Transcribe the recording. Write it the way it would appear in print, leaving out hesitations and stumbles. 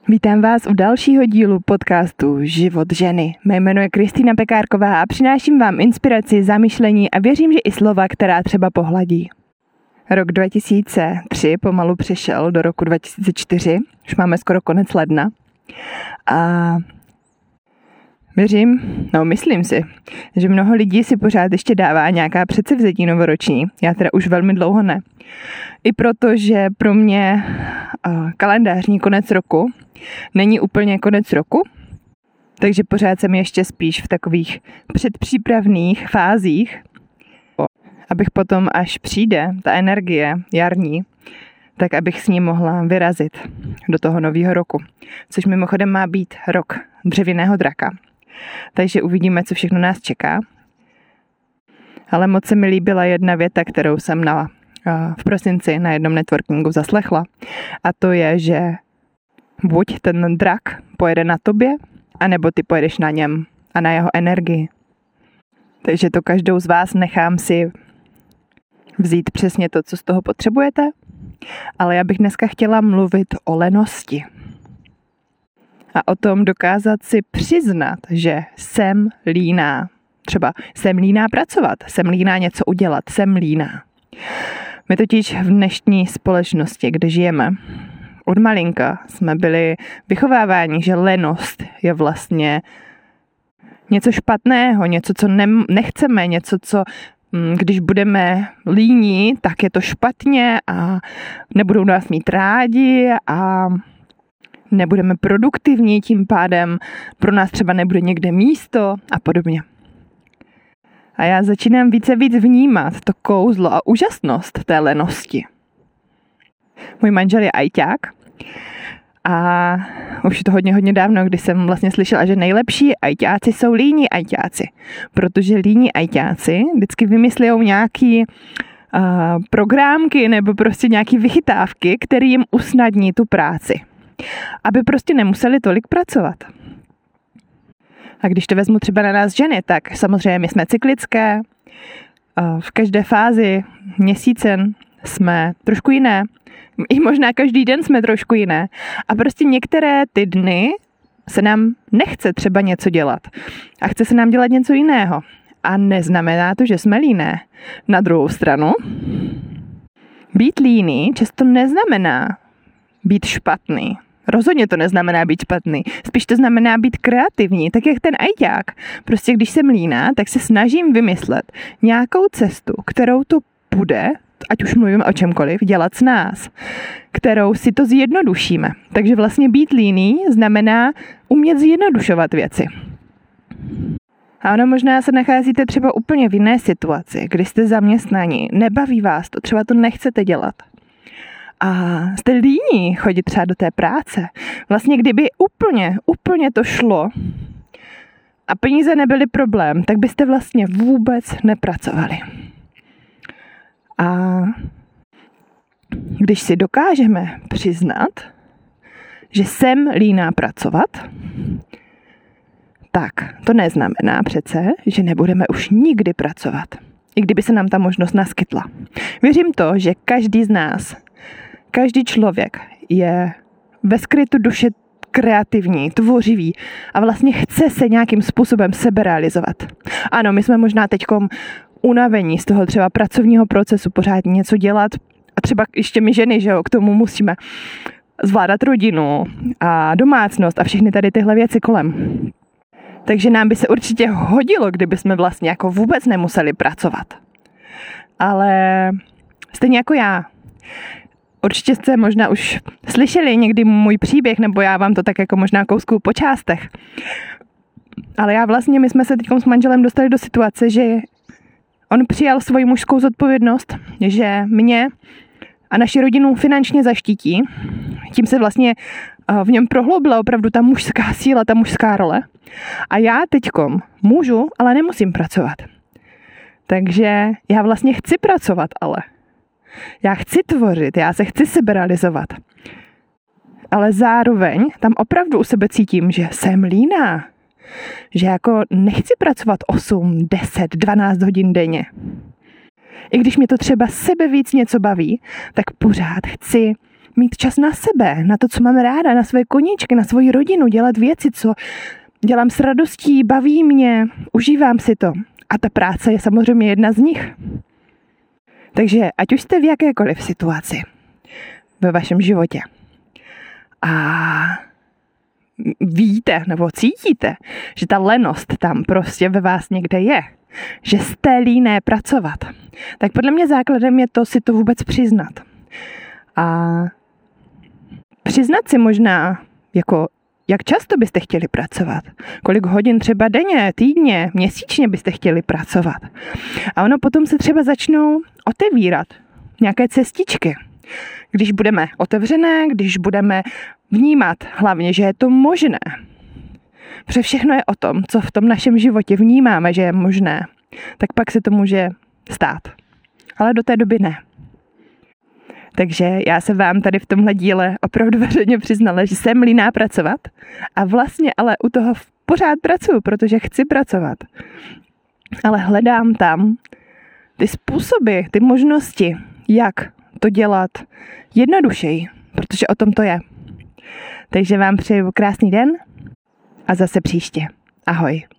Vítám vás u dalšího dílu podcastu Život ženy. Mé jméno je Kristýna Pekárková a přináším vám inspiraci, zamyšlení a věřím, že i slova, která třeba pohladí. Rok 2003 pomalu přešel do roku 2004, už máme skoro konec ledna. A myslím si, že mnoho lidí si pořád ještě dává nějaká předsevzetí novoroční. Já teda už velmi dlouho ne. I proto, že pro mě kalendářní konec roku není úplně konec roku, takže pořád jsem ještě spíš v takových předpřípravných fázích, abych potom, až přijde ta energie jarní, tak abych s ní mohla vyrazit do toho nového roku. Což mimochodem má být rok dřevěného draka. Takže uvidíme, co všechno nás čeká. Ale moc se mi líbila jedna věta, kterou jsem v prosinci na jednom networkingu zaslechla. A to je, že buď ten drak pojede na tobě, anebo ty pojedeš na něm a na jeho energii. Takže to každou z vás nechám si vzít přesně to, co z toho potřebujete. Ale já bych dneska chtěla mluvit o lenosti. A o tom dokázat si přiznat, že jsem líná. Třeba jsem líná pracovat, jsem líná něco udělat, jsem líná. My totiž v dnešní společnosti, kde žijeme, od malinka jsme byli vychováváni, že lenost je vlastně něco špatného, něco, co nechceme, něco, co když budeme líní, tak je to špatně a nebudou nás mít rádi a nebudeme produktivní, tím pádem pro nás třeba nebude někde místo a podobně. A já začínám víc vnímat to kouzlo a úžasnost té lenosti. Můj manžel je ajťák a už je to hodně dávno, kdy jsem vlastně slyšela, že nejlepší ajťáci jsou líní ajťáci, protože líní ajťáci vždycky vymyslijou nějaký programky nebo prostě nějaký vychytávky, které jim usnadní tu práci, aby prostě nemuseli tolik pracovat. A když to vezmu třeba na nás ženy, tak samozřejmě my jsme cyklické, v každé fázi měsíce jsme trošku jiné, i možná každý den jsme trošku jiné. A prostě některé ty dny se nám nechce třeba něco dělat a chce se nám dělat něco jiného. A neznamená to, že jsme líné. Na druhou stranu, být líný často neznamená být špatný. Rozhodně to neznamená být špatný. Spíš to znamená být kreativní, tak jak ten ajťák. Prostě když jsem líná, tak se snažím vymyslet nějakou cestu, kterou to bude, ať už mluvím o čemkoliv, dělat s nás. Kterou si to zjednodušíme. Takže vlastně být líný znamená umět zjednodušovat věci. A ono možná se nacházíte třeba úplně v jiné situaci, kdy jste zaměstnaní, nebaví vás to, třeba to nechcete dělat. A jste líní chodit třeba do té práce. Vlastně kdyby úplně to šlo a peníze nebyly problém, tak byste vlastně vůbec nepracovali. A když si dokážeme přiznat, že jsem líná pracovat, tak to neznamená přece, že nebudeme už nikdy pracovat. I kdyby se nám ta možnost naskytla. Věřím to, že každý z nás, každý člověk je ve skrytu duše kreativní, tvořivý a vlastně chce se nějakým způsobem seberealizovat. Ano, my jsme možná teďkom unavení z toho třeba pracovního procesu, pořád něco dělat a třeba ještě my ženy, že jo, k tomu musíme zvládat rodinu a domácnost a všechny tady tyhle věci kolem. Takže nám by se určitě hodilo, kdyby jsme vlastně jako vůbec nemuseli pracovat. Ale stejně jako já. Určitě jste možná už slyšeli někdy můj příběh, nebo já vám to tak jako možná kousku po částech. Ale my jsme se teď s manželem dostali do situace, že on přijal svoji mužskou zodpovědnost, že mě a naši rodinu finančně zaštítí. Tím se vlastně v něm prohloubila opravdu ta mužská síla, ta mužská role. A já teďkom můžu, ale nemusím pracovat. Takže já vlastně chci pracovat, ale já chci tvořit, já se chci seberealizovat. Ale zároveň tam opravdu u sebe cítím, že jsem líná. Že jako nechci pracovat 8, 10, 12 hodin denně. I když mě to třeba sebe víc něco baví, tak pořád chci mít čas na sebe, na to, co mám ráda, na svoje koníčky, na svoji rodinu, dělat věci, co dělám s radostí, baví mě, užívám si to. A ta práce je samozřejmě jedna z nich. Takže ať už jste v jakékoliv situaci ve vašem životě a víte nebo cítíte, že ta lenost tam prostě ve vás někde je, že jste líné pracovat, tak podle mě základem je to si to vůbec přiznat. A přiznat si možná, jako jak často byste chtěli pracovat, kolik hodin třeba denně, týdně, měsíčně byste chtěli pracovat. A ono potom se třeba začnou otevírat nějaké cestičky. Když budeme otevřené, když budeme vnímat hlavně, že je to možné. Protože všechno je o tom, co v tom našem životě vnímáme, že je možné. Tak pak se to může stát. Ale do té doby ne. Takže já se vám tady v tomhle díle opravdu veřejně přiznala, že jsem líná pracovat a vlastně ale u toho pořád pracuji, protože chci pracovat. Ale hledám tam ty způsoby, ty možnosti, jak to dělat jednodušeji, protože o tom to je. Takže vám přeju krásný den a zase příště. Ahoj.